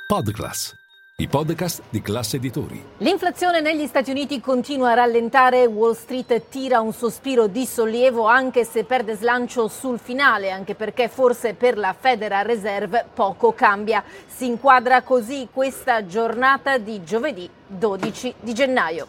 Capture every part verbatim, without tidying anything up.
Podclass, i podcast di Class Editori. L'inflazione negli Stati Uniti continua a rallentare. Wall Street tira un sospiro di sollievo, anche se perde slancio sul finale, anche perché forse per la Federal Reserve poco cambia. Si inquadra così questa giornata di giovedì dodici di gennaio.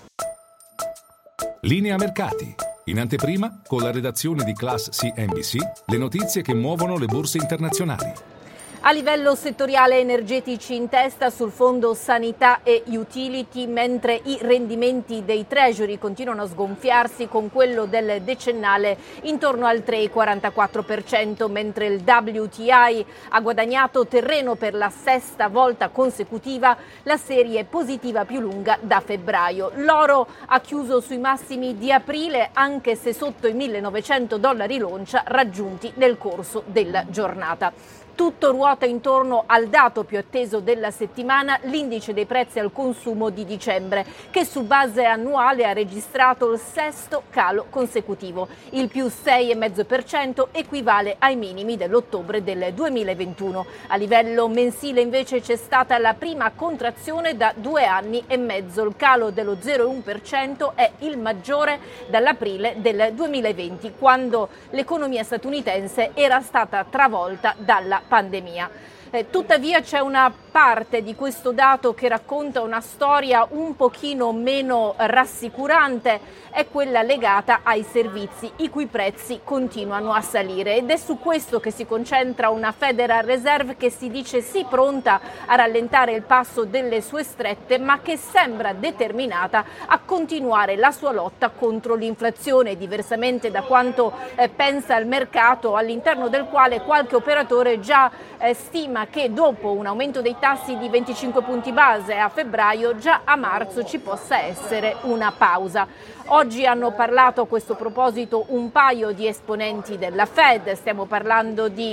Linea mercati. In anteprima, con la redazione di Class C N B C, le notizie che muovono le borse internazionali. A livello settoriale, energetici in testa sul fondo sanità e utility, mentre i rendimenti dei treasury continuano a sgonfiarsi, con quello del decennale intorno al tre virgola quarantaquattro per cento, mentre il W T I ha guadagnato terreno per la sesta volta consecutiva, la serie positiva più lunga da febbraio. L'oro ha chiuso sui massimi di aprile, anche se sotto i millenovecento dollari l'oncia raggiunti nel corso della giornata. Tutto ruota intorno al dato più atteso della settimana, l'indice dei prezzi al consumo di dicembre, che su base annuale ha registrato il sesto calo consecutivo. Il più sei virgola cinque per cento equivale ai minimi dell'ottobre del duemilaventuno. A livello mensile invece c'è stata la prima contrazione da due anni e mezzo. Il calo dello zero virgola uno per cento è il maggiore dall'aprile del duemilaventi, quando l'economia statunitense era stata travolta dalla pandemia. Eh, tuttavia c'è una parte di questo dato che racconta una storia un pochino meno rassicurante, è quella legata ai servizi, i cui prezzi continuano a salire, ed è su questo che si concentra una Federal Reserve che si dice sì pronta a rallentare il passo delle sue strette, ma che sembra determinata a continuare la sua lotta contro l'inflazione, diversamente da quanto eh, pensa il mercato, all'interno del quale qualche operatore già eh, stima che dopo un aumento dei tassi di venticinque punti base a febbraio, già a marzo ci possa essere una pausa. Oggi hanno parlato a questo proposito un paio di esponenti della Fed, stiamo parlando di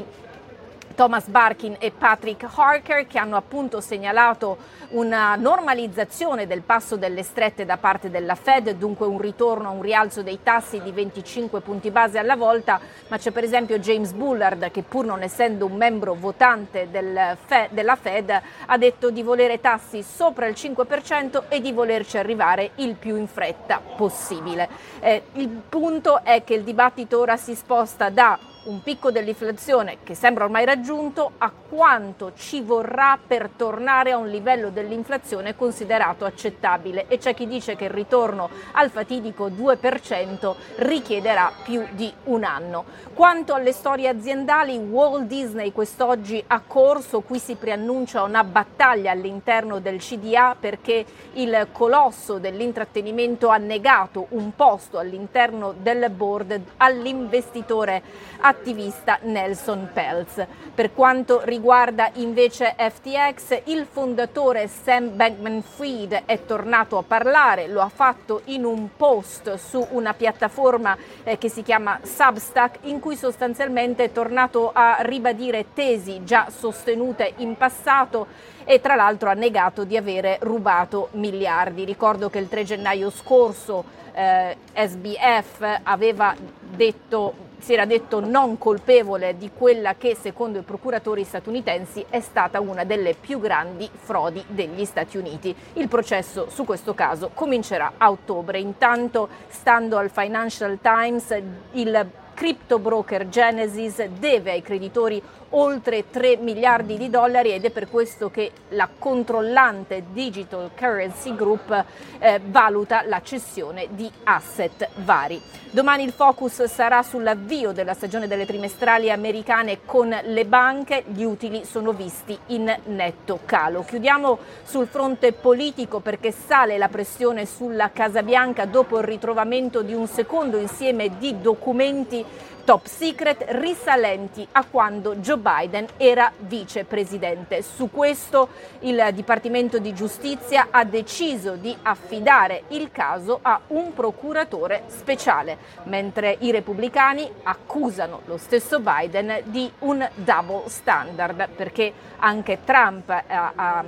Thomas Barkin e Patrick Harker, che hanno appunto segnalato una normalizzazione del passo delle strette da parte della Fed, dunque un ritorno a un rialzo dei tassi di venticinque punti base alla volta, ma c'è per esempio James Bullard che, pur non essendo un membro votante del Fe- della Fed, ha detto di volere tassi sopra il cinque per cento e di volerci arrivare il più in fretta possibile. Eh, il punto è che il dibattito ora si sposta da un picco dell'inflazione che sembra ormai raggiunto a quanto ci vorrà per tornare a un livello dell'inflazione considerato accettabile, e c'è chi dice che il ritorno al fatidico due per cento richiederà più di un anno. Quanto alle storie aziendali, Walt Disney quest'oggi ha corso, qui si preannuncia una battaglia all'interno del C D A perché il colosso dell'intrattenimento ha negato un posto all'interno del board all'investitore attivista Nelson Peltz. Per quanto riguarda invece F T X, il fondatore Sam Bankman-Fried è tornato a parlare, lo ha fatto in un post su una piattaforma eh, che si chiama Substack, in cui sostanzialmente è tornato a ribadire tesi già sostenute in passato, e tra l'altro ha negato di avere rubato miliardi. Ricordo che il tre gennaio scorso eh, S B F aveva detto si era detto non colpevole di quella che, secondo i procuratori statunitensi, è stata una delle più grandi frodi degli Stati Uniti. Il processo su questo caso comincerà a ottobre. Intanto, stando al Financial Times, il crypto broker Genesis deve ai creditori oltre tre miliardi di dollari, ed è per questo che la controllante Digital Currency Group eh, valuta la cessione di asset vari. Domani il focus sarà sull'avvio della stagione delle trimestrali americane con le banche, gli utili sono visti in netto calo. Chiudiamo sul fronte politico perché sale la pressione sulla Casa Bianca dopo il ritrovamento di un secondo insieme di documenti top secret risalenti a quando Joe Biden era vicepresidente. Su questo il Dipartimento di Giustizia ha deciso di affidare il caso a un procuratore speciale, mentre i repubblicani accusano lo stesso Biden di un double standard, perché anche Trump ha, ha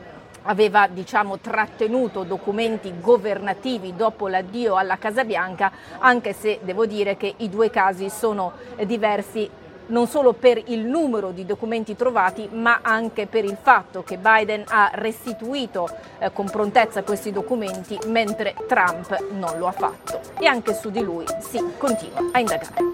aveva diciamo trattenuto documenti governativi dopo l'addio alla Casa Bianca, anche se devo dire che i due casi sono diversi non solo per il numero di documenti trovati, ma anche per il fatto che Biden ha restituito eh, con prontezza questi documenti, mentre Trump non lo ha fatto. E anche su di lui si continua a indagare.